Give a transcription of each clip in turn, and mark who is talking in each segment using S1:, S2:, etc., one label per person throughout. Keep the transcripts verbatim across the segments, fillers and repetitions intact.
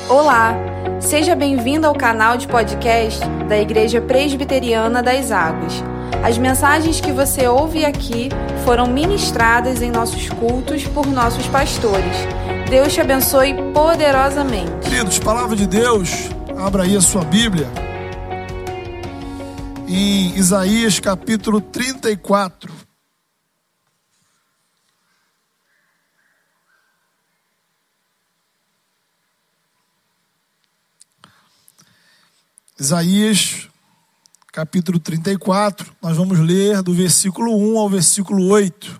S1: Olá, seja bem-vindo ao canal de podcast da Igreja Presbiteriana das Águas. As mensagens que você ouve aqui foram ministradas em nossos cultos por nossos pastores. Deus te abençoe poderosamente.
S2: Queridos, palavra de Deus, abra aí a sua Bíblia. Em Isaías capítulo trinta e quatro. Isaías, capítulo trinta e quatro, nós vamos ler do versículo um ao versículo oito.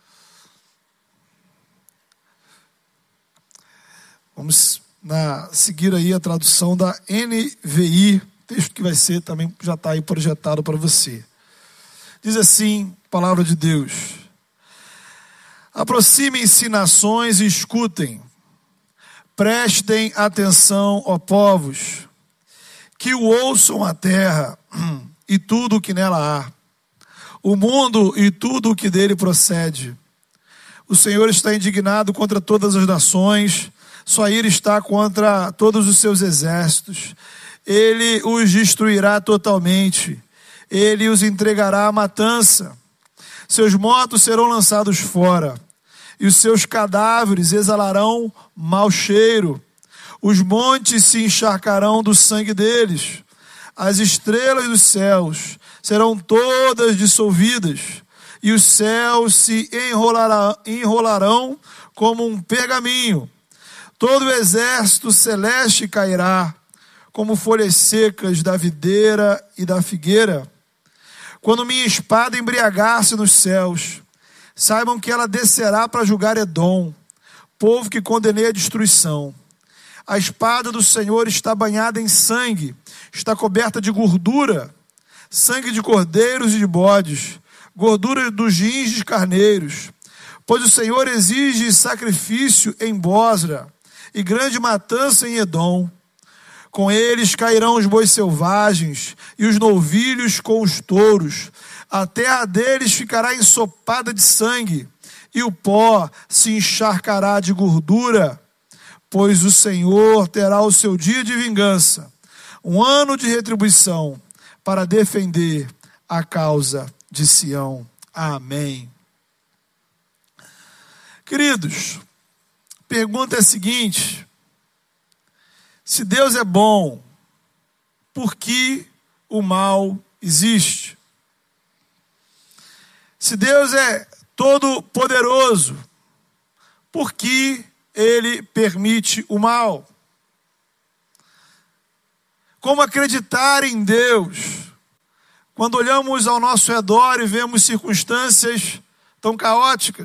S2: Vamos na, seguir aí a tradução da N V I, texto que vai ser também, já está aí projetado para você. Diz assim, palavra de Deus: aproximem-se nações e escutem, prestem atenção, ó povos, que o ouçam a terra e tudo o que nela há, o mundo e tudo o que dele procede. O Senhor está indignado contra todas as nações, sua ira está contra todos os seus exércitos. Ele os destruirá totalmente, ele os entregará à matança. Seus mortos serão lançados fora, e os seus cadáveres exalarão mau cheiro. Os montes se encharcarão do sangue deles. As estrelas dos céus serão todas dissolvidas, e os céus se enrolarão, enrolarão como um pergaminho. Todo o exército celeste cairá, como folhas secas da videira e da figueira. Quando minha espada embriagar-se nos céus, saibam que ela descerá para julgar Edom, povo que condenei à destruição. A espada do Senhor está banhada em sangue, está coberta de gordura, sangue de cordeiros e de bodes, gordura dos rins de carneiros. Pois o Senhor exige sacrifício em Bosra e grande matança em Edom. Com eles cairão os bois selvagens e os novilhos com os touros. A terra deles ficará ensopada de sangue e o pó se encharcará de gordura. Pois o Senhor terá o seu dia de vingança, um ano de retribuição, para defender a causa de Sião. Amém. Queridos, a pergunta é a seguinte: se Deus é bom, por que o mal existe? Se Deus é todo poderoso, por que Ele permite o mal? Como acreditar em Deus quando olhamos ao nosso redor e vemos circunstâncias tão caóticas?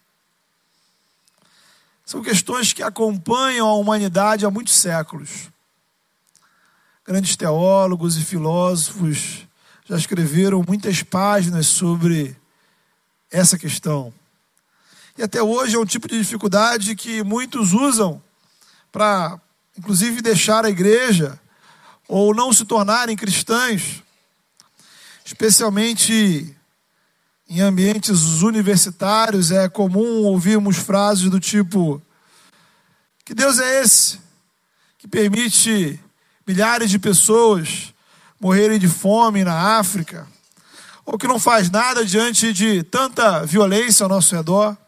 S2: São questões que acompanham a humanidade há muitos séculos. Grandes teólogos e filósofos já escreveram muitas páginas sobre essa questão. E até hoje é um tipo de dificuldade que muitos usam para, inclusive, deixar a igreja ou não se tornarem cristãos, especialmente em ambientes universitários. É comum ouvirmos frases do tipo: que Deus é esse que permite milhares de pessoas morrerem de fome na África, ou que não faz nada diante de tanta violência ao nosso redor?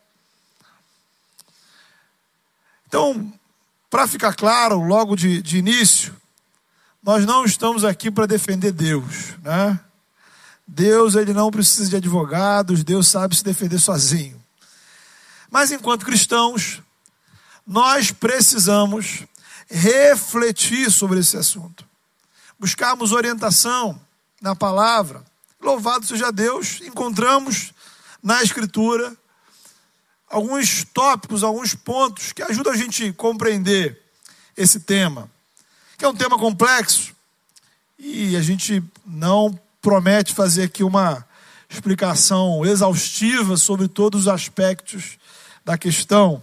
S2: Então, para ficar claro, logo de, de início, nós não estamos aqui para defender Deus, né? Deus, ele não precisa de advogados, Deus sabe se defender sozinho. Mas enquanto cristãos, nós precisamos refletir sobre esse assunto, buscarmos orientação na palavra. Louvado seja Deus, encontramos na Escritura alguns tópicos, alguns pontos que ajudam a gente a compreender esse tema, que é um tema complexo, e a gente não promete fazer aqui uma explicação exaustiva sobre todos os aspectos da questão.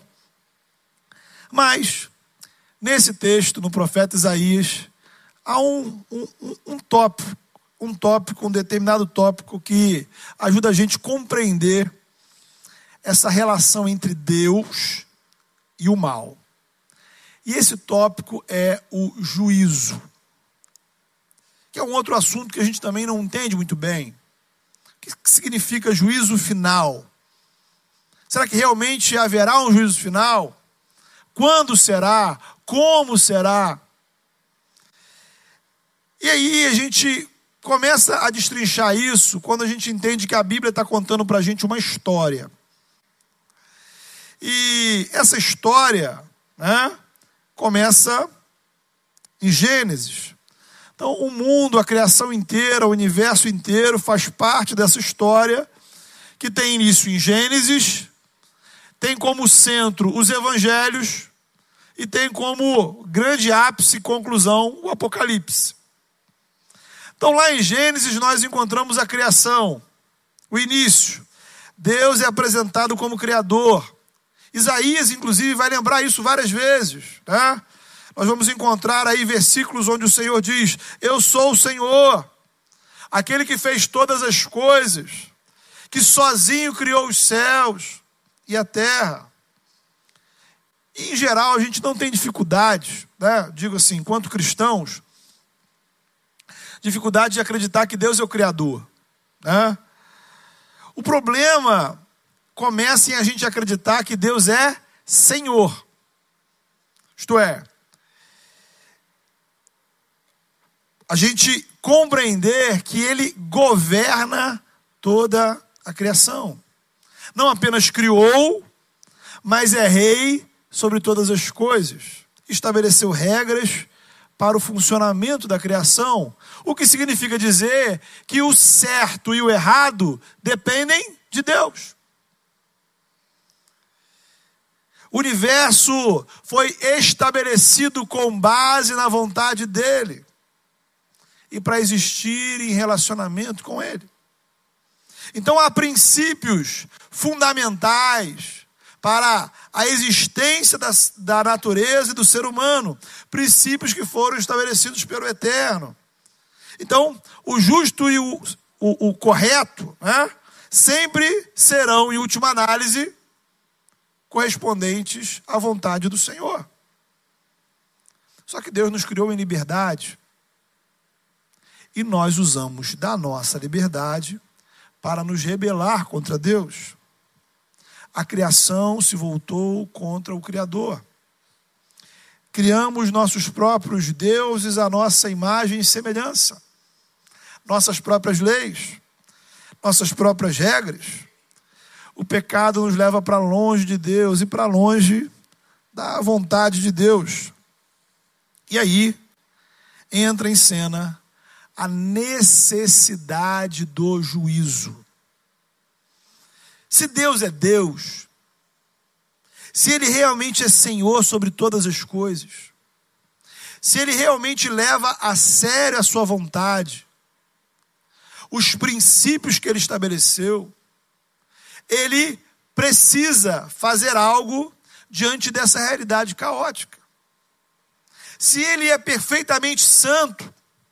S2: Mas, nesse texto, no profeta Isaías, há um, um, um tópico, um tópico, um determinado tópico que ajuda a gente a compreender essa relação entre Deus e o mal. E esse tópico é o juízo, que é um outro assunto que a gente também não entende muito bem. O que significa juízo final? Será que realmente haverá um juízo final? Quando será? Como será? E aí a gente começa a destrinchar isso quando a gente entende que a Bíblia está contando para a gente uma história. E essa história, né, começa em Gênesis. Então o mundo, a criação inteira, o universo inteiro faz parte dessa história que tem início em Gênesis, tem como centro os evangelhos e tem como grande ápice e conclusão o Apocalipse. Então lá em Gênesis nós encontramos a criação, o início. Deus é apresentado como Criador. Isaías, inclusive, vai lembrar isso várias vezes, né? Nós vamos encontrar aí versículos onde o Senhor diz: eu sou o Senhor, aquele que fez todas as coisas, que sozinho criou os céus e a terra. E, em geral, a gente não tem dificuldades, né? Digo assim, enquanto cristãos, dificuldade de acreditar que Deus é o Criador, né? O problema começa em a gente acreditar que Deus é Senhor. Isto é, a gente compreender que Ele governa toda a criação. Não apenas criou, mas é rei sobre todas as coisas. Estabeleceu regras para o funcionamento da criação, o que significa dizer que o certo e o errado dependem de Deus. O universo foi estabelecido com base na vontade dele e para existir em relacionamento com ele. Então há princípios fundamentais para a existência da, da natureza e do ser humano, princípios que foram estabelecidos pelo Eterno. Então, o justo e o, o, o correto, né, sempre serão, em última análise, correspondentes à vontade do Senhor. Só que Deus nos criou em liberdade e nós usamos da nossa liberdade para nos rebelar contra Deus. A criação se voltou contra o Criador. Criamos nossos próprios deuses à nossa imagem e semelhança, nossas próprias leis, nossas próprias regras. O pecado nos leva para longe de Deus e para longe da vontade de Deus. E aí entra em cena a necessidade do juízo. Se Deus é Deus, se Ele realmente é Senhor sobre todas as coisas, se Ele realmente leva a sério a sua vontade, os princípios que Ele estabeleceu, Ele precisa fazer algo diante dessa realidade caótica. Se Ele é perfeitamente santo,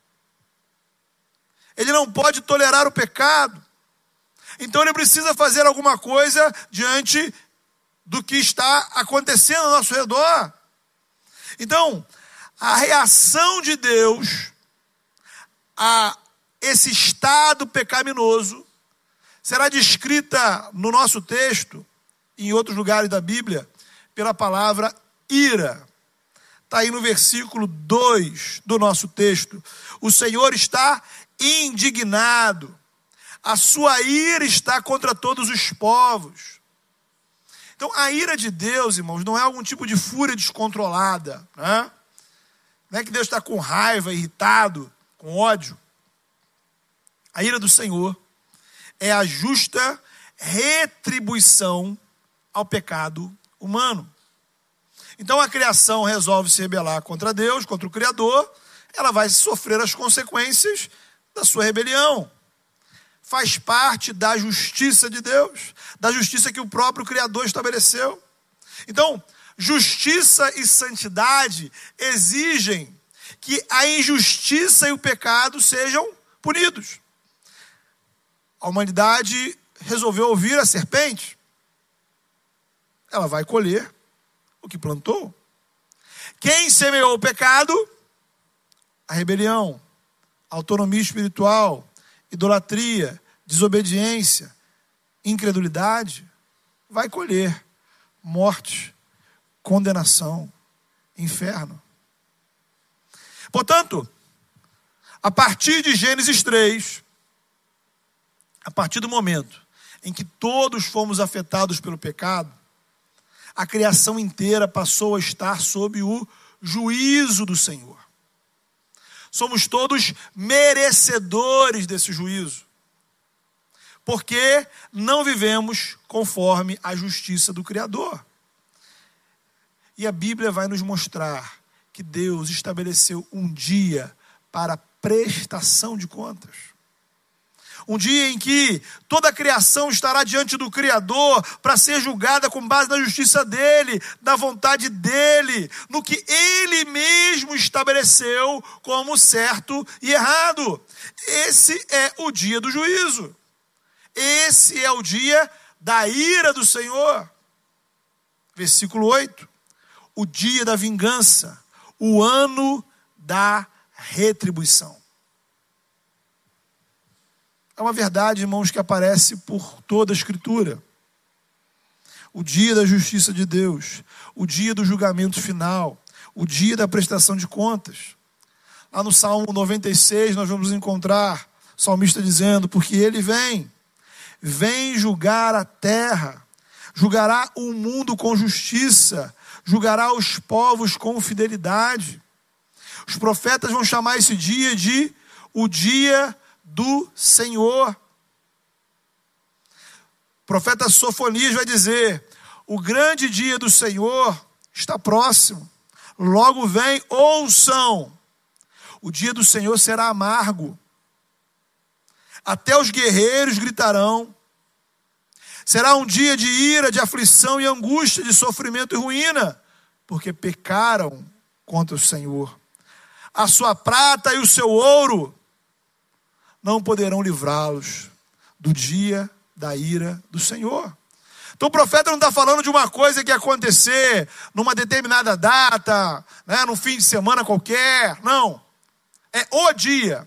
S2: Ele não pode tolerar o pecado. Então Ele precisa fazer alguma coisa diante do que está acontecendo ao nosso redor. Então, a reação de Deus a esse estado pecaminoso será descrita no nosso texto, e em outros lugares da Bíblia, pela palavra ira. Está aí no versículo dois do nosso texto. O Senhor está indignado. A sua ira está contra todos os povos. Então, a ira de Deus, irmãos, não é algum tipo de fúria descontrolada, né? Não é que Deus está com raiva, irritado, com ódio. A ira do Senhor é a justa retribuição ao pecado humano. Então a criação resolve se rebelar contra Deus, contra o Criador, ela vai sofrer as consequências da sua rebelião. Faz parte da justiça de Deus, da justiça que o próprio Criador estabeleceu. Então, justiça e santidade exigem que a injustiça e o pecado sejam punidos. A humanidade resolveu ouvir a serpente. Ela vai colher o que plantou. Quem semeou o pecado? A rebelião, a autonomia espiritual, idolatria, desobediência, incredulidade, vai colher morte, condenação, inferno. Portanto, a partir de Gênesis três, a partir do momento em que todos fomos afetados pelo pecado, a criação inteira passou a estar sob o juízo do Senhor. Somos todos merecedores desse juízo, porque não vivemos conforme a justiça do Criador. E a Bíblia vai nos mostrar que Deus estabeleceu um dia para prestação de contas. Um dia em que toda a criação estará diante do Criador para ser julgada com base na justiça dele, na vontade dele, no que ele mesmo estabeleceu como certo e errado. Esse é o dia do juízo. Esse é o dia da ira do Senhor. Versículo oito. O dia da vingança, o ano da retribuição. É uma verdade, irmãos, que aparece por toda a Escritura. O dia da justiça de Deus, o dia do julgamento final, o dia da prestação de contas. Lá no Salmo noventa e seis nós vamos encontrar o salmista dizendo: porque ele vem, vem julgar a terra, julgará o mundo com justiça, julgará os povos com fidelidade. Os profetas vão chamar esse dia de o dia do Senhor. O profeta Sofonias vai dizer: o grande dia do Senhor está próximo, logo vem, ouçam. O dia do Senhor será amargo, até os guerreiros gritarão. Será um dia de ira, de aflição e angústia, de sofrimento e ruína, porque pecaram contra o Senhor. A sua prata e o seu ouro não poderão livrá-los do dia da ira do Senhor. Então o profeta não está falando de uma coisa que ia acontecer numa determinada data, né, num fim de semana qualquer. Não. É o dia.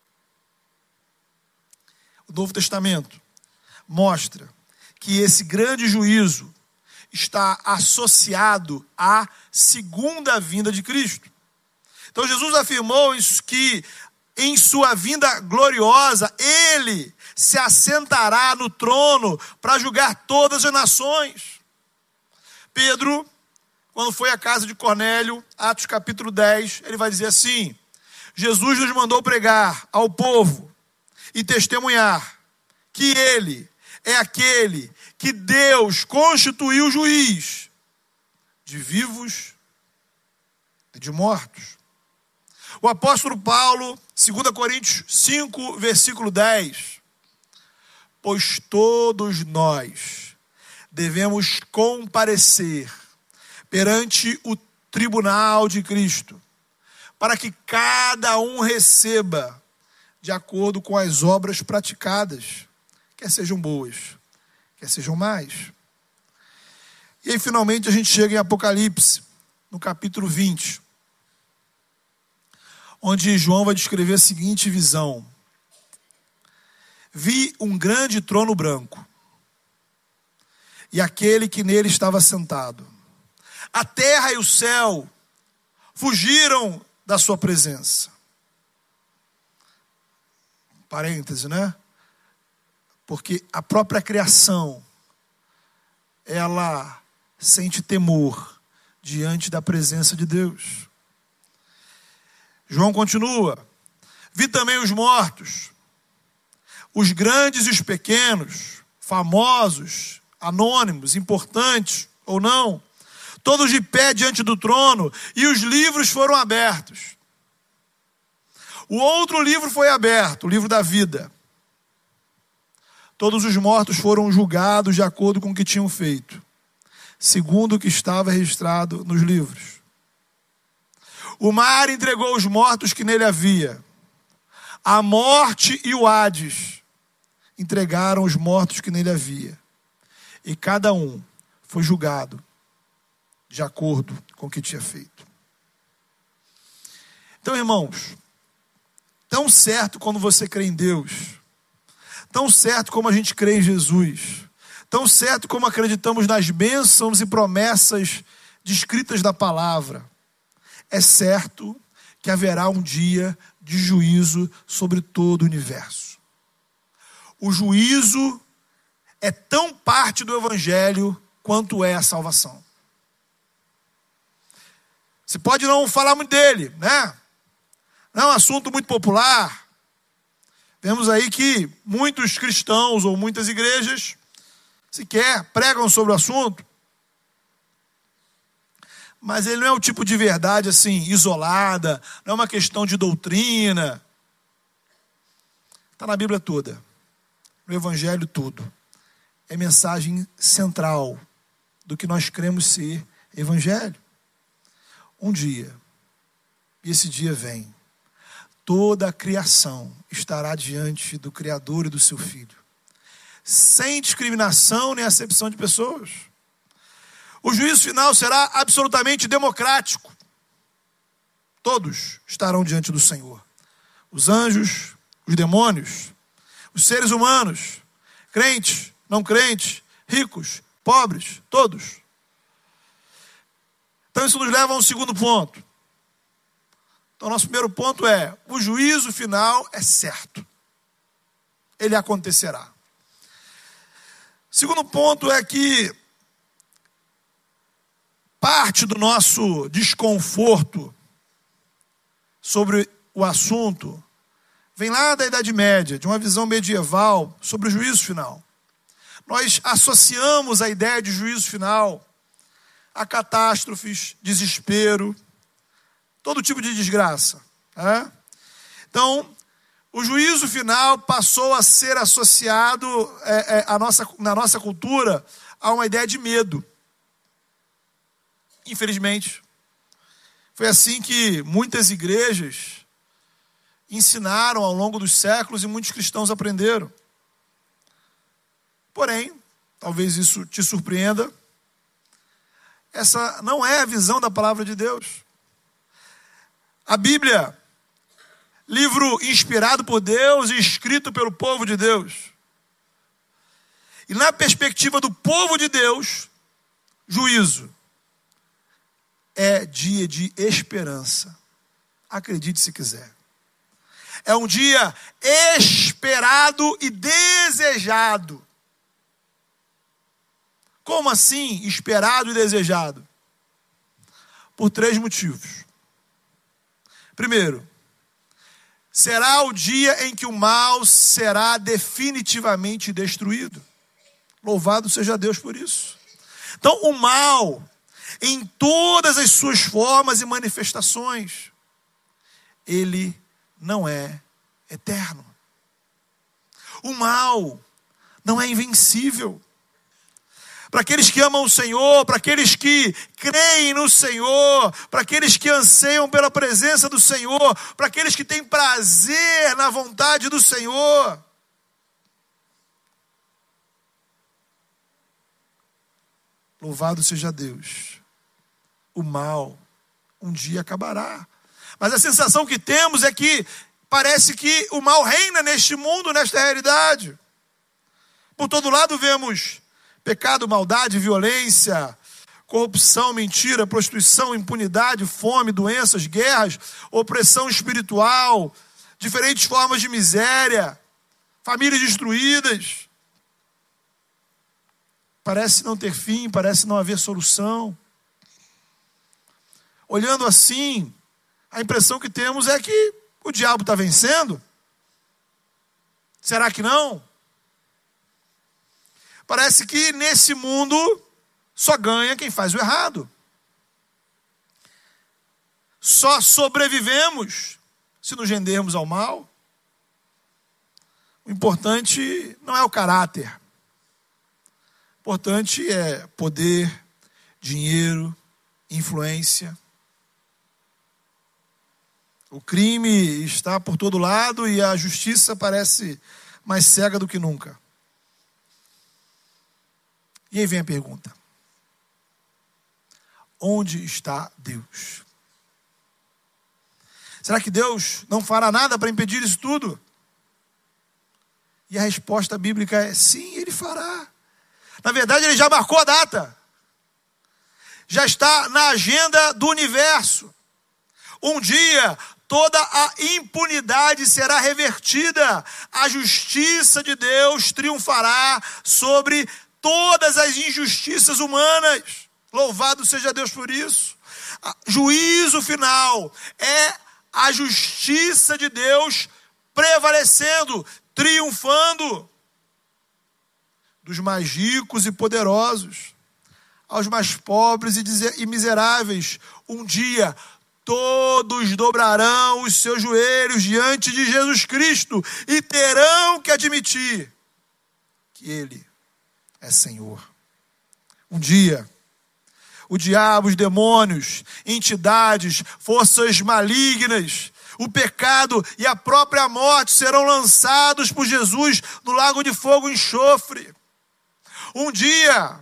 S2: O Novo Testamento mostra que esse grande juízo está associado à segunda vinda de Cristo. Então Jesus afirmou isso, que em sua vinda gloriosa, ele se assentará no trono para julgar todas as nações. Pedro, quando foi à casa de Cornélio, Atos capítulo dez, ele vai dizer assim: Jesus nos mandou pregar ao povo e testemunhar que ele é aquele que Deus constituiu juiz de vivos e de mortos. O apóstolo Paulo, dois Coríntios cinco, versículo dez. Pois todos nós devemos comparecer perante o tribunal de Cristo, para que cada um receba de acordo com as obras praticadas, quer sejam boas, quer sejam más. E aí finalmente a gente chega em Apocalipse, no capítulo vinte, onde João vai descrever a seguinte visão: vi um grande trono branco, e aquele que nele estava sentado. A terra e o céu fugiram da sua presença. Parêntese, né? Porque a própria criação, ela sente temor diante da presença de Deus. João continua: vi também os mortos, os grandes e os pequenos, famosos, anônimos, importantes ou não, todos de pé diante do trono, e os livros foram abertos. O outro livro foi aberto, o livro da vida. Todos os mortos foram julgados de acordo com o que tinham feito, segundo o que estava registrado nos livros. O mar entregou os mortos que nele havia. A morte e o Hades entregaram os mortos que nele havia. E cada um foi julgado de acordo com o que tinha feito. Então, irmãos, tão certo quando você crê em Deus, tão certo como a gente crê em Jesus, tão certo como acreditamos nas bênçãos e promessas descritas da palavra, é certo que haverá um dia de juízo sobre todo o universo. O juízo é tão parte do evangelho quanto é a salvação. Você pode não falar muito dele, né? Não é um assunto muito popular. Vemos aí que muitos cristãos ou muitas igrejas sequer pregam sobre o assunto. Mas ele não é o tipo de verdade assim, isolada, não é uma questão de doutrina. Está na Bíblia toda, no Evangelho todo. É mensagem central do que nós cremos ser Evangelho. Um dia, e esse dia vem, toda a criação estará diante do Criador e do seu Filho, sem discriminação nem acepção de pessoas. O juízo final será absolutamente democrático. Todos estarão diante do Senhor. Os anjos, os demônios, os seres humanos, crentes, não crentes, ricos, pobres, todos. Então isso nos leva a um segundo ponto. Então nosso primeiro ponto é, o juízo final é certo. Ele acontecerá. Segundo ponto é que parte do nosso desconforto sobre o assunto vem lá da Idade Média, de uma visão medieval sobre o juízo final. Nós associamos a ideia de juízo final a catástrofes, desespero, todo tipo de desgraça. Né? Então, o juízo final passou a ser associado é, é, a nossa, na nossa cultura a uma ideia de medo. Infelizmente, foi assim que muitas igrejas ensinaram ao longo dos séculos e muitos cristãos aprenderam. Porém, talvez isso te surpreenda, essa não é a visão da palavra de Deus. A Bíblia, livro inspirado por Deus e escrito pelo povo de Deus. E na perspectiva do povo de Deus, juízo é dia de esperança. Acredite se quiser. É um dia esperado e desejado. Como assim esperado e desejado? Por três motivos. Primeiro, será o dia em que o mal será definitivamente destruído. Louvado seja Deus por isso. Então, o mal, em todas as suas formas e manifestações, ele não é eterno. O mal não é invencível. Para aqueles que amam o Senhor, para aqueles que creem no Senhor, para aqueles que anseiam pela presença do Senhor, para aqueles que têm prazer na vontade do Senhor. Louvado seja Deus. O mal um dia acabará. Mas a sensação que temos é que parece que o mal reina neste mundo, nesta realidade. Por todo lado vemos pecado, maldade, violência, corrupção, mentira, prostituição, impunidade, fome, doenças, guerras, opressão espiritual, diferentes formas de miséria, famílias destruídas. Parece não ter fim, parece não haver solução. Olhando assim, a impressão que temos é que o diabo está vencendo. Será que não? Parece que nesse mundo só ganha quem faz o errado. Só sobrevivemos se nos rendermos ao mal. O importante não é o caráter. O importante é poder, dinheiro, influência. O crime está por todo lado e a justiça parece mais cega do que nunca. E aí vem a pergunta: onde está Deus? Será que Deus não fará nada para impedir isso tudo? E a resposta bíblica é sim, Ele fará. Na verdade, Ele já marcou a data. Já está na agenda do universo. Um dia, toda a impunidade será revertida. A justiça de Deus triunfará sobre todas as injustiças humanas. Louvado seja Deus por isso. Juízo final é a justiça de Deus prevalecendo, triunfando. Dos mais ricos e poderosos aos mais pobres e miseráveis, um dia todos dobrarão os seus joelhos diante de Jesus Cristo e terão que admitir que Ele é Senhor. Um dia, o diabo, os demônios, entidades, forças malignas, o pecado e a própria morte serão lançados por Jesus no lago de fogo e enxofre. Um dia,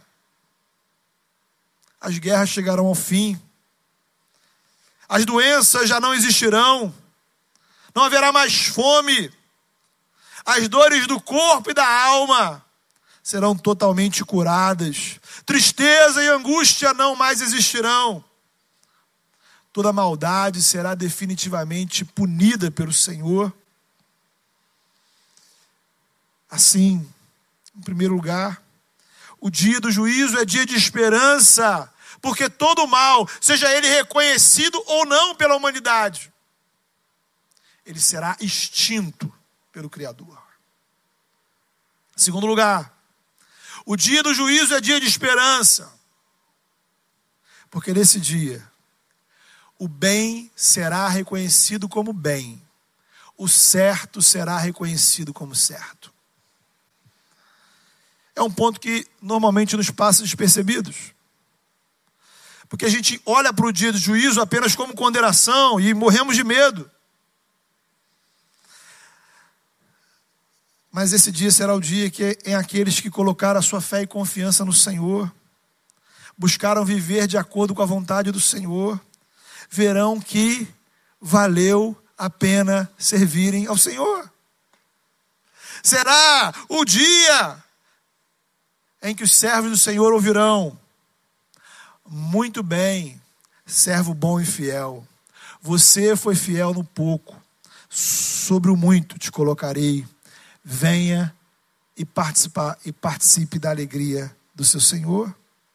S2: as guerras chegarão ao fim. As doenças já não existirão. Não haverá mais fome. As dores do corpo e da alma serão totalmente curadas. Tristeza e angústia não mais existirão. Toda maldade será definitivamente punida pelo Senhor. Assim, em primeiro lugar, o dia do juízo é dia de esperança, porque todo mal, seja ele reconhecido ou não pela humanidade, ele será extinto pelo Criador. Em segundo lugar, o dia do juízo é dia de esperança, porque nesse dia, o bem será reconhecido como bem, o certo será reconhecido como certo. É um ponto que normalmente nos passa despercebidos. Porque a gente olha para o dia do juízo apenas como condenação e morremos de medo. Mas esse dia será o dia que em aqueles que colocaram a sua fé e confiança no Senhor, buscaram viver de acordo com a vontade do Senhor, verão que valeu a pena servirem ao Senhor. Será o dia em que os servos do Senhor ouvirão: muito bem, servo bom e fiel. Você foi fiel no pouco, sobre o muito te colocarei. Venha e, participa, e participe da alegria do seu Senhor.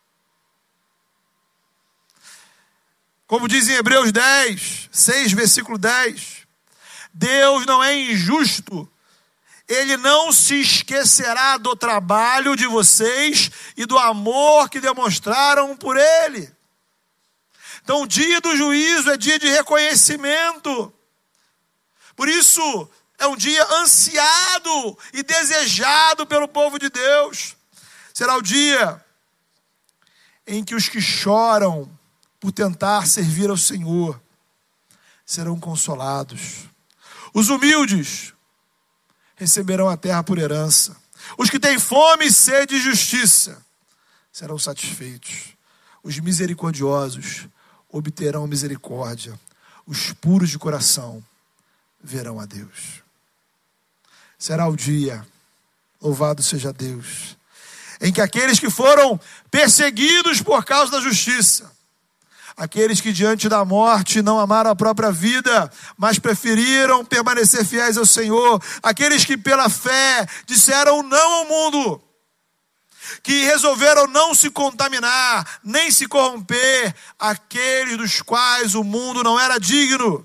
S2: Como diz em Hebreus dez, seis, versículo dez, Deus não é injusto. Ele não se esquecerá do trabalho de vocês e do amor que demonstraram por Ele. Então, o dia do juízo é dia de reconhecimento. Por isso, é um dia ansiado e desejado pelo povo de Deus. Será o dia em que os que choram por tentar servir ao Senhor serão consolados. Os humildes receberão a terra por herança. Os que têm fome e sede de justiça serão satisfeitos. Os misericordiosos obterão misericórdia. Os puros de coração verão a Deus. Será o dia, louvado seja Deus, em que aqueles que foram perseguidos por causa da justiça, aqueles que diante da morte não amaram a própria vida, mas preferiram permanecer fiéis ao Senhor, aqueles que pela fé disseram não ao mundo, que resolveram não se contaminar, nem se corromper, aqueles dos quais o mundo não era digno,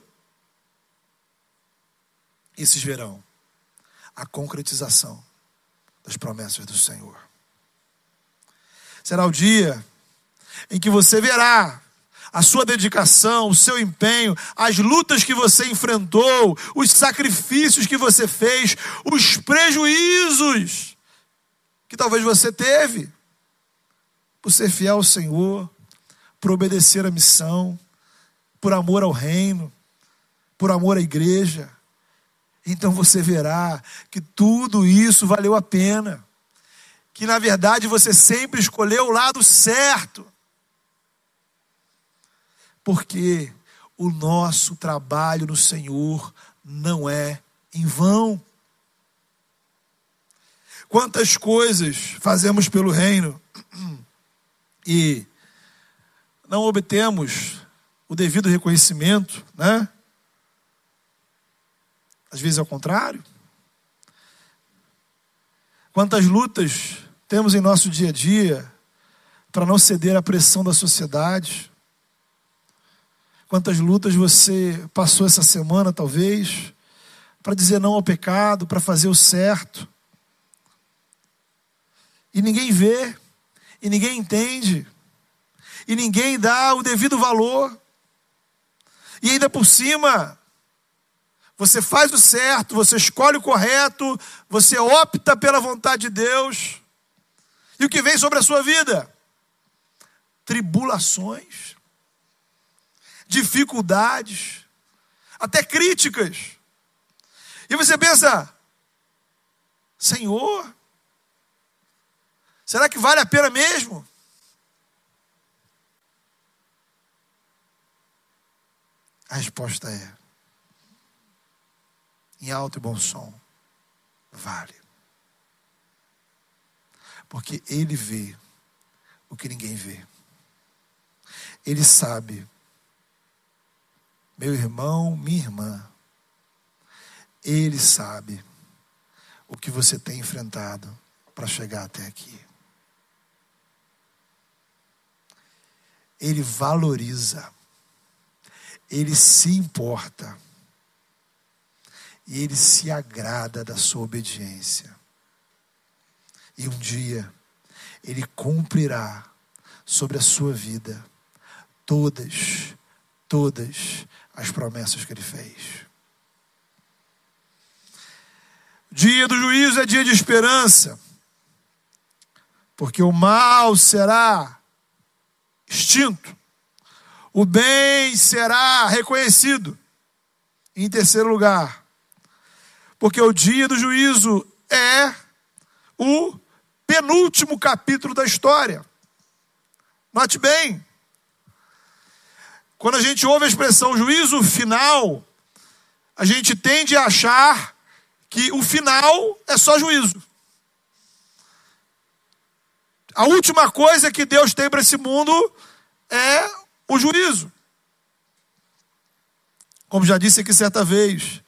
S2: esses verão a concretização das promessas do Senhor. Será o dia em que você verá a sua dedicação, o seu empenho, as lutas que você enfrentou, os sacrifícios que você fez, os prejuízos que talvez você teve por ser fiel ao Senhor, por obedecer à missão, por amor ao reino, por amor à igreja. Então você verá que tudo isso valeu a pena, que na verdade você sempre escolheu o lado certo. Porque o nosso trabalho no Senhor não é em vão. Quantas coisas fazemos pelo reino e não obtemos o devido reconhecimento, né? Às vezes é o contrário. Quantas lutas temos em nosso dia a dia para não ceder à pressão da sociedade. Quantas lutas você passou essa semana, talvez, para dizer não ao pecado, para fazer o certo. E ninguém vê, e ninguém entende, e ninguém dá o devido valor. E ainda por cima, você faz o certo, você escolhe o correto, você opta pela vontade de Deus. E o que vem sobre a sua vida? Tribulações, dificuldades, até críticas. E você pensa, Senhor, será que vale a pena mesmo? A resposta é, em alto e bom som, vale. Porque Ele vê o que ninguém vê. Ele sabe, meu irmão, minha irmã, Ele sabe o que você tem enfrentado para chegar até aqui. Ele valoriza, Ele se importa e Ele se agrada da sua obediência. E um dia Ele cumprirá sobre a sua vida todas, todas as promessas que Ele fez. Dia do juízo é dia de esperança, porque o mal será extinto, o bem será reconhecido. Em terceiro lugar, porque o dia do juízo é o penúltimo capítulo da história. Note bem, quando a gente ouve a expressão juízo final, a gente tende a achar que o final é só juízo. A última coisa que Deus tem para esse mundo é o juízo. Como já disse aqui certa vez,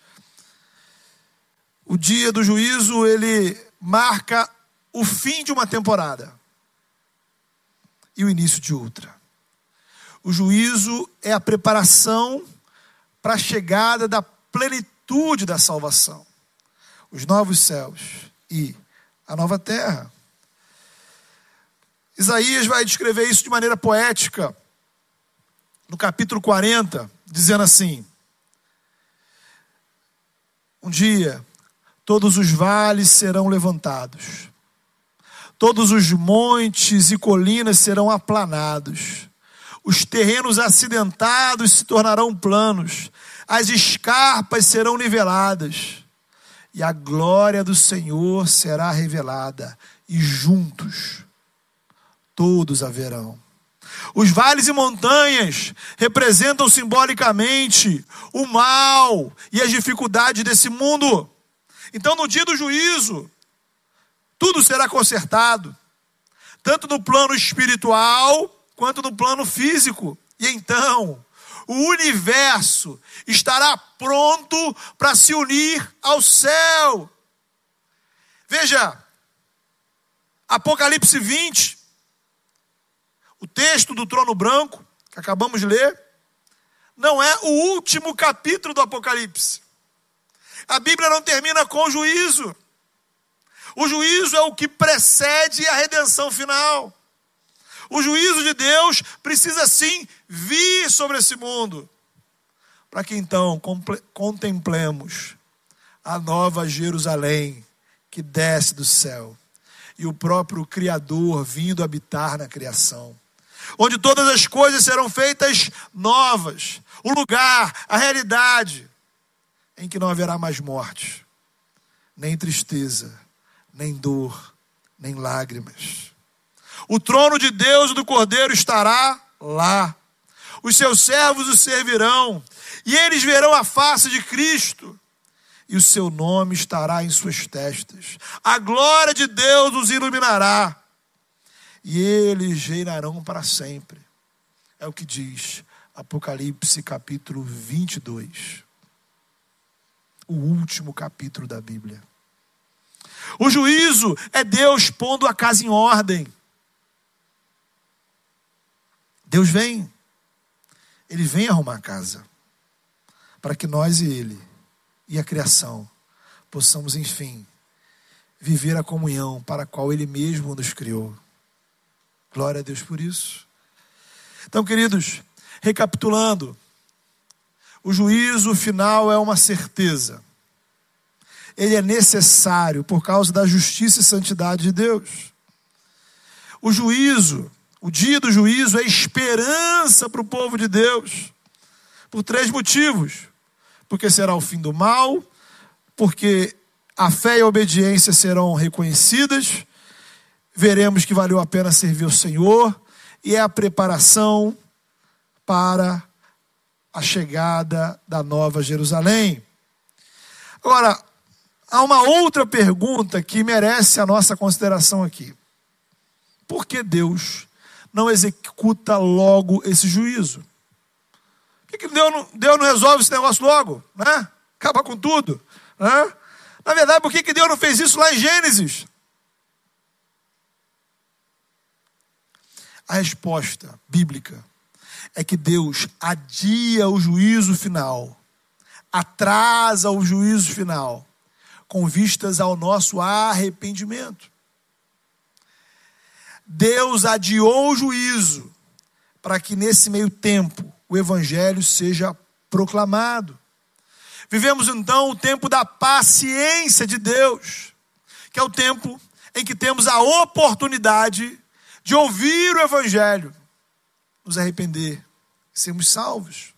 S2: o dia do juízo, ele marca o fim de uma temporada e o início de outra. O juízo é a preparação para a chegada da plenitude da salvação. Os novos céus e a nova terra. Isaías vai descrever isso de maneira poética no capítulo quarenta, dizendo assim: um dia todos os vales serão levantados, todos os montes e colinas serão aplanados, os terrenos acidentados se tornarão planos, as escarpas serão niveladas, e a glória do Senhor será revelada, e juntos todos a verão. Os vales e montanhas representam simbolicamente o mal e as dificuldades desse mundo. Então, no dia do juízo, tudo será consertado, tanto no plano espiritual quanto no plano físico. E então, o universo estará pronto para se unir ao céu. Veja, Apocalipse vinte, o texto do trono branco, que acabamos de ler, não é o último capítulo do Apocalipse. A Bíblia não termina com o juízo. O juízo é o que precede a redenção final. O juízo de Deus precisa sim vir sobre esse mundo, para que então contemplemos a nova Jerusalém que desce do céu e o próprio Criador vindo habitar na criação, onde todas as coisas serão feitas novas, o lugar, a realidade em que não haverá mais morte, nem tristeza, nem dor, nem lágrimas. O trono de Deus e do Cordeiro estará lá. os seus servos o servirão, e eles verão a face de Cristo, e o seu nome estará em suas testas. A glória de Deus os iluminará, e eles reinarão para sempre. É o que diz Apocalipse capítulo vinte e dois. O último capítulo da Bíblia. O juízo é Deus pondo a casa em ordem. Deus vem. Ele vem arrumar a casa. Para que nós e Ele, e a criação, possamos, enfim, viver a comunhão para a qual Ele mesmo nos criou. Glória a Deus por isso. Então, queridos, recapitulando, o juízo final é uma certeza. Ele é necessário por causa da justiça e santidade de Deus. O juízo, o dia do juízo é esperança para o povo de Deus. Por três motivos. Porque será o fim do mal, porque a fé e a obediência serão reconhecidas, veremos que valeu a pena servir o Senhor, e é a preparação para a chegada da Nova Jerusalém. Agora, há uma outra pergunta que merece a nossa consideração aqui. Por que Deus não executa logo esse juízo? Por que Deus não, Deus não resolve esse negócio logo? Né? Acaba com tudo. Né? Na verdade, por que Deus não fez isso lá em Gênesis? A resposta bíblica é que Deus adia o juízo final, atrasa o juízo final, com vistas ao nosso arrependimento. Deus adiou o juízo para que nesse meio tempo o evangelho seja proclamado. Vivemos então o tempo da paciência de Deus, que é o tempo em que temos a oportunidade de ouvir o evangelho, nos arrepender, sermos salvos.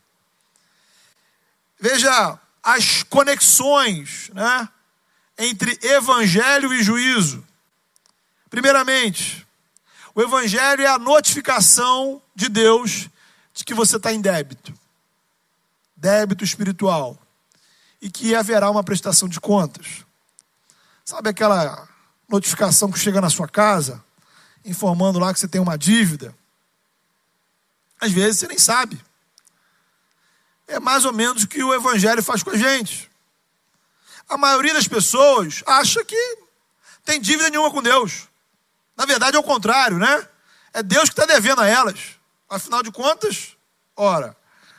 S2: Veja as conexões, né, entre evangelho e juízo. Primeiramente, o evangelho é a notificação de Deus de que você está em débito, débito espiritual, e que haverá uma prestação de contas. Sabe aquela notificação que chega na sua casa, informando lá que você tem uma dívida? Às vezes você nem sabe. É mais ou menos o que o evangelho faz com a gente. A maioria das pessoas acha que tem dívida nenhuma com Deus. Na verdade é o contrário, né? É Deus que está devendo a elas. Afinal de contas, ora,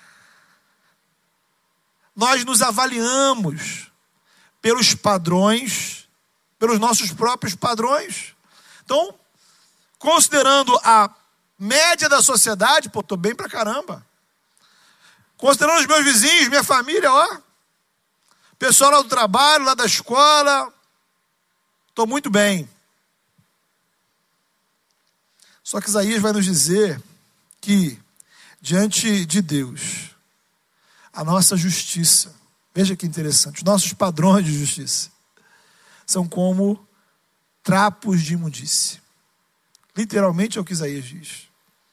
S2: nós nos avaliamos pelos padrões, pelos nossos próprios padrões. Então, considerando a média da sociedade, pô, tô bem pra caramba. Considerando os meus vizinhos, minha família, ó, pessoal lá do trabalho, lá da escola, tô muito bem. Só que Isaías vai nos dizer que, diante de Deus, a nossa justiça, veja que interessante, os nossos padrões de justiça são como trapos de imundície. Literalmente é o que Isaías diz.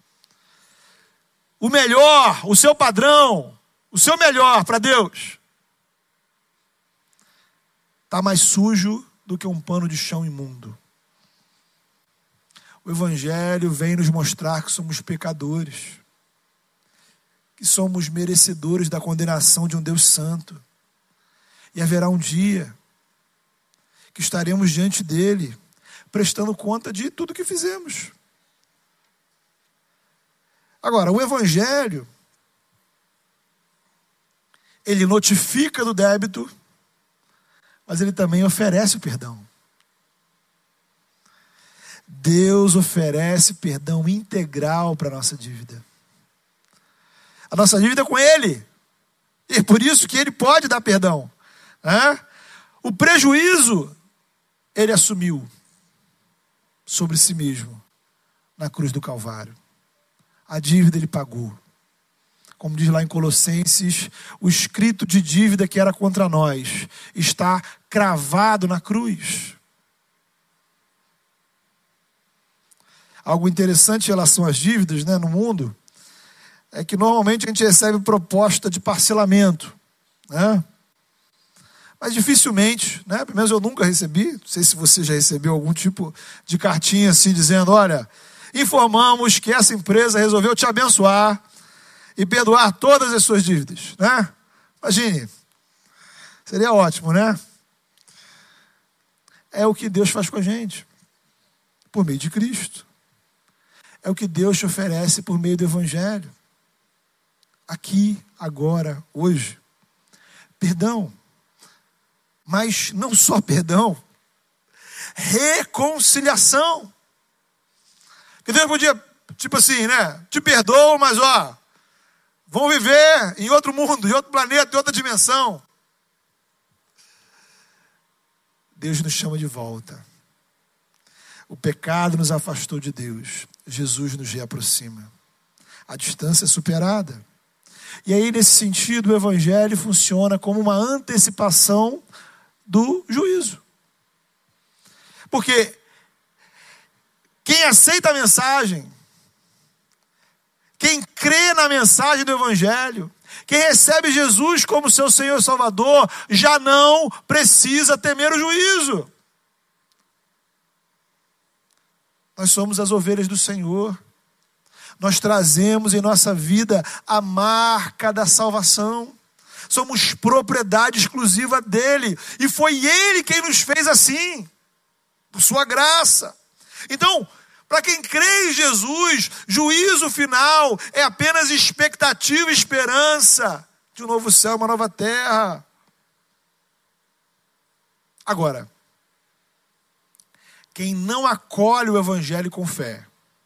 S2: O melhor, o seu padrão, o seu melhor para Deus, está mais sujo do que um pano de chão imundo. O evangelho vem nos mostrar que somos pecadores, que somos merecedores da condenação de um Deus santo. E haverá um dia que estaremos diante dele, prestando conta de tudo que fizemos. Agora, o evangelho, ele notifica do débito, mas ele também oferece o perdão. Deus oferece perdão integral para a nossa dívida. A nossa dívida é com Ele. E é por isso que Ele pode dar perdão. É? O prejuízo, Ele assumiu sobre si mesmo na cruz do Calvário. A dívida Ele pagou. Como diz lá em Colossenses, o escrito de dívida que era contra nós está cravado na cruz. Algo interessante em relação às dívidas, né, no mundo, é que normalmente a gente recebe proposta de parcelamento, né? Mas dificilmente, né? Pelo menos eu nunca recebi, não sei se você já recebeu algum tipo de cartinha assim, dizendo, olha, informamos que essa empresa resolveu te abençoar e perdoar todas as suas dívidas, né? Imagine, seria ótimo, né? É o que Deus faz com a gente, por meio de Cristo. É o que Deus te oferece por meio do Evangelho. Aqui, agora, hoje. Perdão. Mas não só perdão. Reconciliação. Que Deus podia, tipo assim, né? Te perdoo, mas ó, vão viver em outro mundo, em outro planeta, em outra dimensão. Deus nos chama de volta. O pecado nos afastou de Deus. Jesus nos reaproxima. A distância é superada. E aí, nesse sentido, o Evangelho funciona como uma antecipação do juízo. Porque quem aceita a mensagem, quem crê na mensagem do Evangelho, quem recebe Jesus como seu Senhor e Salvador, já não precisa temer o juízo. Nós somos as ovelhas do Senhor. Nós trazemos em nossa vida a marca da salvação. Somos propriedade exclusiva dele. E foi ele quem nos fez assim, por sua graça. Então, para quem crê em Jesus, juízo final é apenas expectativa e esperança de um novo céu, uma nova terra. Agora, quem não acolhe o Evangelho com fé,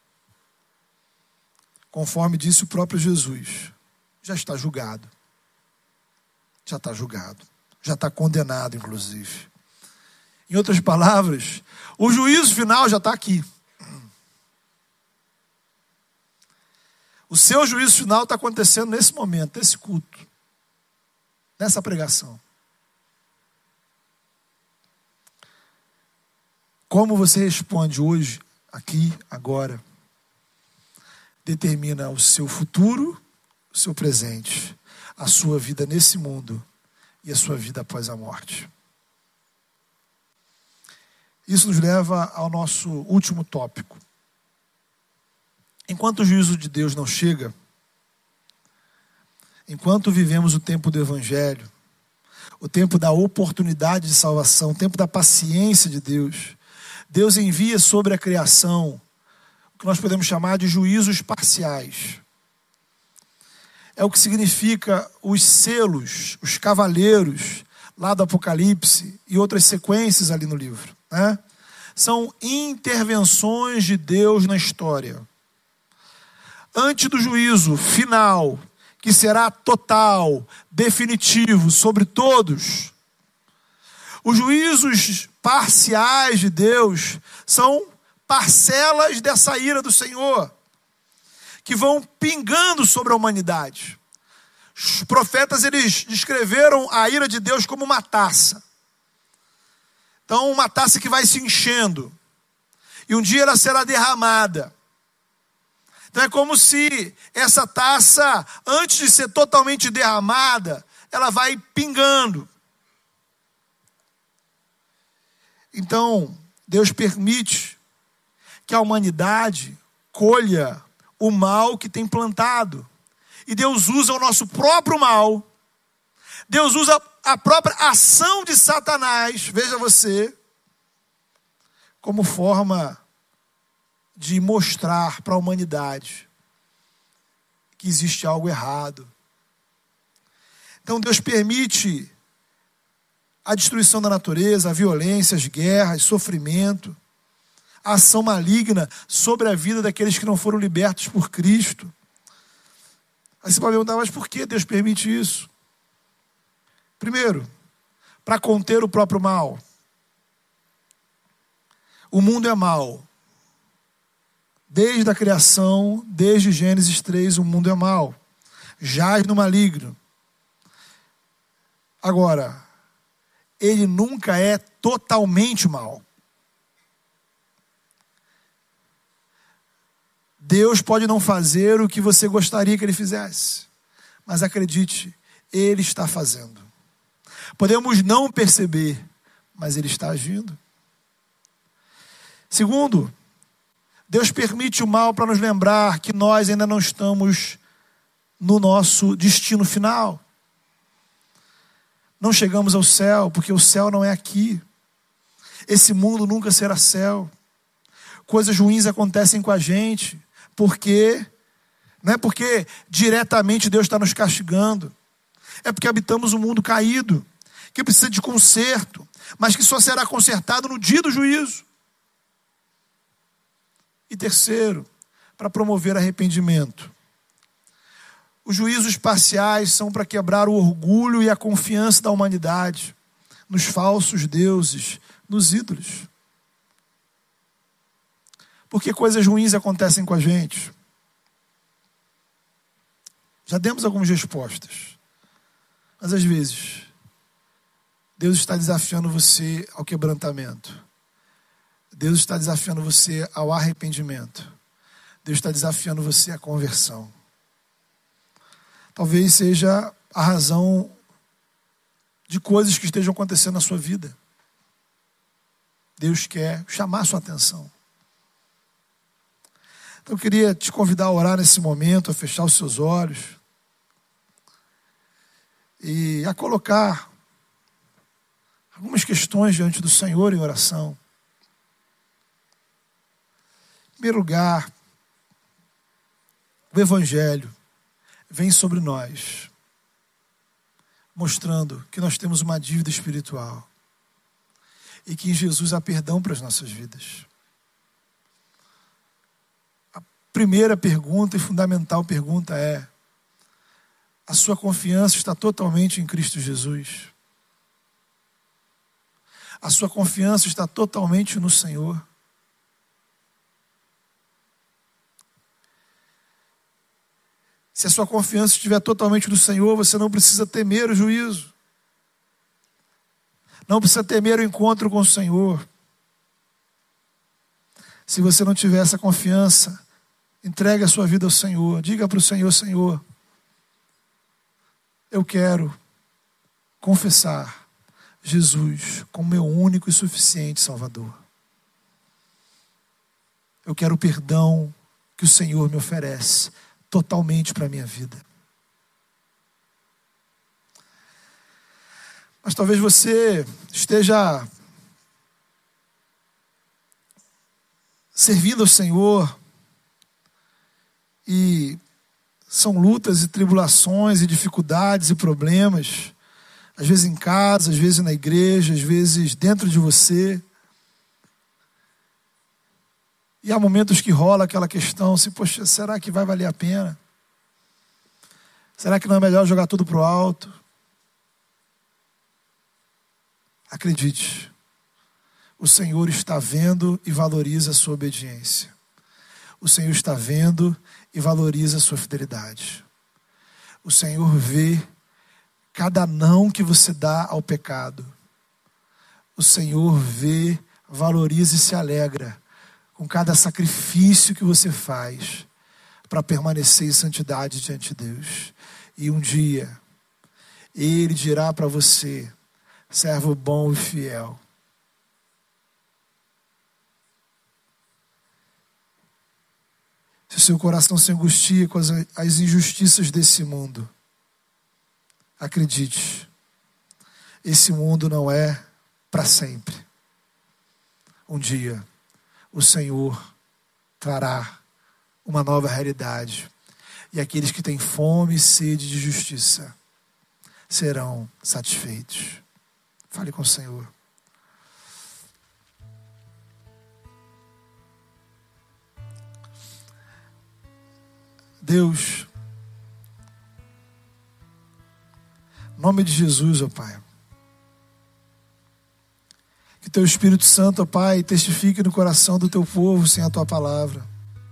S2: conforme disse o próprio Jesus, já está julgado. Já está julgado. Já está condenado, inclusive. Em outras palavras, o juízo final já está aqui. O seu juízo final está acontecendo nesse momento, nesse culto, nessa pregação. Como você responde hoje, aqui, agora, determina o seu futuro, o seu presente, a sua vida nesse mundo e a sua vida após a morte. Isso nos leva ao nosso último tópico. Enquanto o juízo de Deus não chega, enquanto vivemos o tempo do Evangelho, o tempo da oportunidade de salvação, o tempo da paciência de Deus, Deus envia sobre a criação o que nós podemos chamar de juízos parciais. É o que significa os selos, os cavaleiros, lá do Apocalipse e outras sequências ali no livro, né? São intervenções de Deus na história. Antes do juízo final, que será total, definitivo sobre todos, os juízos parciais de Deus são parcelas dessa ira do Senhor, que vão pingando sobre a humanidade. Os profetas, eles descreveram a ira de Deus como uma taça. Então, uma taça que vai se enchendo. E um dia ela será derramada. Então é como se essa taça, antes de ser totalmente derramada, ela vai pingando. Então, Deus permite que a humanidade colha o mal que tem plantado. E Deus usa o nosso próprio mal. Deus usa a própria ação de Satanás, veja você, como forma de mostrar para a humanidade que existe algo errado. Então Deus permite a destruição da natureza, a violência, as guerras, sofrimento, a ação maligna sobre a vida daqueles que não foram libertos por Cristo. Aí você pode perguntar, mas por que Deus permite isso? Primeiro, para conter o próprio mal. O mundo é mau. Desde a criação, desde Gênesis três, o mundo é mau. Jaz no maligno. Agora, ele nunca é totalmente mau. Deus pode não fazer o que você gostaria que Ele fizesse, mas acredite, Ele está fazendo. Podemos não perceber, mas Ele está agindo. Segundo, Deus permite o mal para nos lembrar que nós ainda não estamos no nosso destino final. Não chegamos ao céu, porque o céu não é aqui. Esse mundo nunca será céu. Coisas ruins acontecem com a gente, porque não é porque diretamente Deus está nos castigando, é porque habitamos um mundo caído, que precisa de conserto, mas que só será consertado no dia do juízo. E terceiro, para promover arrependimento. Os juízos parciais são para quebrar o orgulho e a confiança da humanidade nos falsos deuses, nos ídolos. Porque coisas ruins acontecem com a gente. Já demos algumas respostas. Mas às vezes, Deus está desafiando você ao quebrantamento. Deus está desafiando você ao arrependimento. Deus está desafiando você à conversão. Talvez seja a razão de coisas que estejam acontecendo na sua vida. Deus quer chamar a sua atenção. Então eu queria te convidar a orar nesse momento, a fechar os seus olhos e a colocar algumas questões diante do Senhor em oração. Em primeiro lugar, o Evangelho vem sobre nós, mostrando que nós temos uma dívida espiritual e que em Jesus há perdão para as nossas vidas. A primeira pergunta e fundamental pergunta é: a sua confiança está totalmente em Cristo Jesus? A sua confiança está totalmente no Senhor? Se a sua confiança estiver totalmente no Senhor, você não precisa temer o juízo. Não precisa temer o encontro com o Senhor. Se você não tiver essa confiança, entregue a sua vida ao Senhor. Diga para o Senhor: Senhor, eu quero confessar Jesus como meu único e suficiente Salvador. Eu quero o perdão que o Senhor me oferece totalmente para a minha vida. Mas talvez você esteja servindo ao Senhor e são lutas e tribulações e dificuldades e problemas, às vezes em casa, às vezes na igreja, às vezes dentro de você. E há momentos que rola aquela questão, assim, poxa, será que vai valer a pena? Será que não é melhor jogar tudo para o alto? Acredite, o Senhor está vendo e valoriza a sua obediência. O Senhor está vendo e valoriza a sua fidelidade. O Senhor vê cada não que você dá ao pecado. O Senhor vê, valoriza e se alegra com cada sacrifício que você faz para permanecer em santidade diante de Deus. E um dia, Ele dirá para você: servo bom e fiel. Se o seu coração se angustia com as, as injustiças desse mundo, acredite, esse mundo não é para sempre. Um dia, o Senhor trará uma nova realidade. E aqueles que têm fome e sede de justiça serão satisfeitos. Fale com o Senhor. Deus, em nome de Jesus, ó Pai, que Teu Espírito Santo, ó Pai, testifique no coração do Teu povo sem a Tua palavra.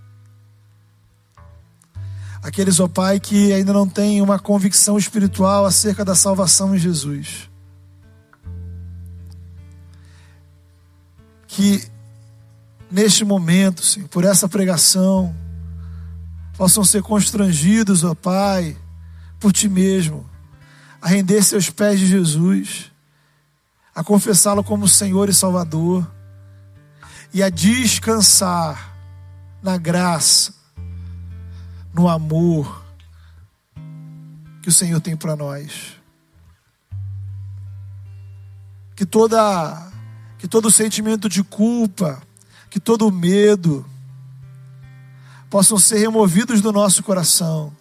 S2: Aqueles, ó Pai, que ainda não têm uma convicção espiritual acerca da salvação em Jesus. Que neste momento, Senhor, por essa pregação, possam ser constrangidos, ó Pai, por Ti mesmo, a render-se aos pés de Jesus, a confessá-lo como Senhor e Salvador e a descansar na graça, no amor que o Senhor tem para nós. Que toda, que todo sentimento de culpa, que todo medo possam ser removidos do nosso coração.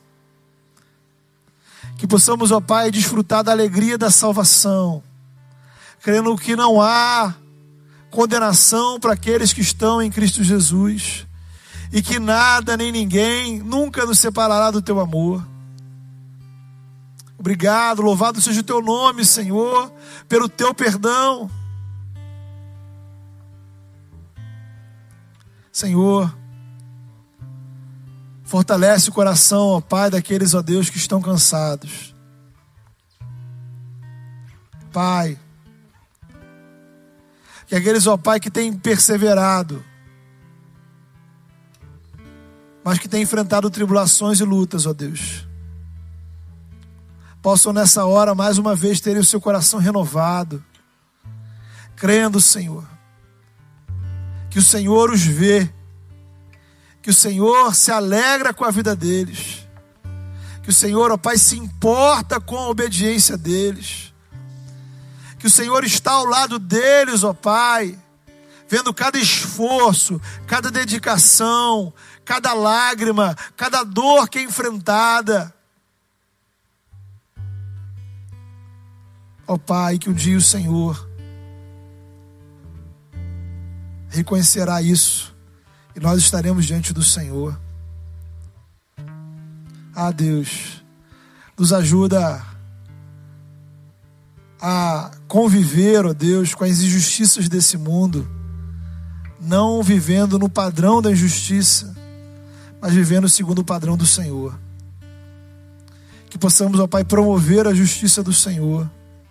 S2: Que possamos, ó Pai, desfrutar da alegria da salvação, crendo que não há condenação para aqueles que estão em Cristo Jesus, e que nada nem ninguém nunca nos separará do Teu amor. Obrigado, louvado seja o Teu nome, Senhor, pelo Teu perdão. Senhor, fortalece o coração, ó Pai, daqueles, ó Deus, que estão cansados. Pai, que aqueles, ó Pai, que têm perseverado, mas que têm enfrentado tribulações e lutas, ó Deus, possam nessa hora, mais uma vez, terem o seu coração renovado, crendo, Senhor, que o Senhor os vê, que o Senhor se alegra com a vida deles, que o Senhor, ó Pai, se importa com a obediência deles, que o Senhor está ao lado deles, ó Pai, vendo cada esforço, cada dedicação, cada lágrima, cada dor que é enfrentada. Ó Pai, que um dia o Senhor reconhecerá isso e nós estaremos diante do Senhor. Ah, Deus, nos ajuda a conviver, ó Deus, com as injustiças desse mundo, não vivendo no padrão da injustiça, mas vivendo segundo o padrão do Senhor. Que possamos, ó Pai, promover a justiça do Senhor,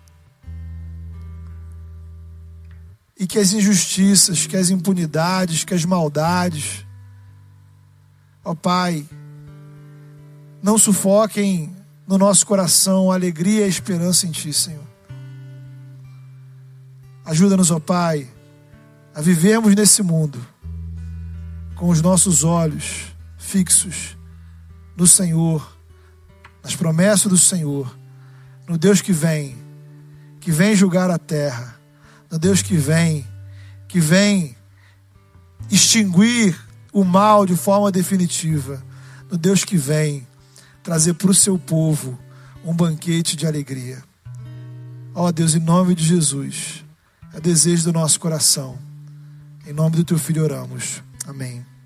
S2: e que as injustiças, que as impunidades, que as maldades, ó Pai, não sufoquem no nosso coração a alegria e a esperança em Ti, Senhor. Ajuda-nos, ó Pai, a vivermos nesse mundo com os nossos olhos fixos no Senhor, nas promessas do Senhor, no Deus que vem, que vem julgar a terra, no Deus que vem, que vem extinguir o mal de forma definitiva, no Deus que vem trazer para o seu povo um banquete de alegria. Ó Deus, em nome de Jesus, é desejo do nosso coração. Em nome do Teu Filho oramos. Amém.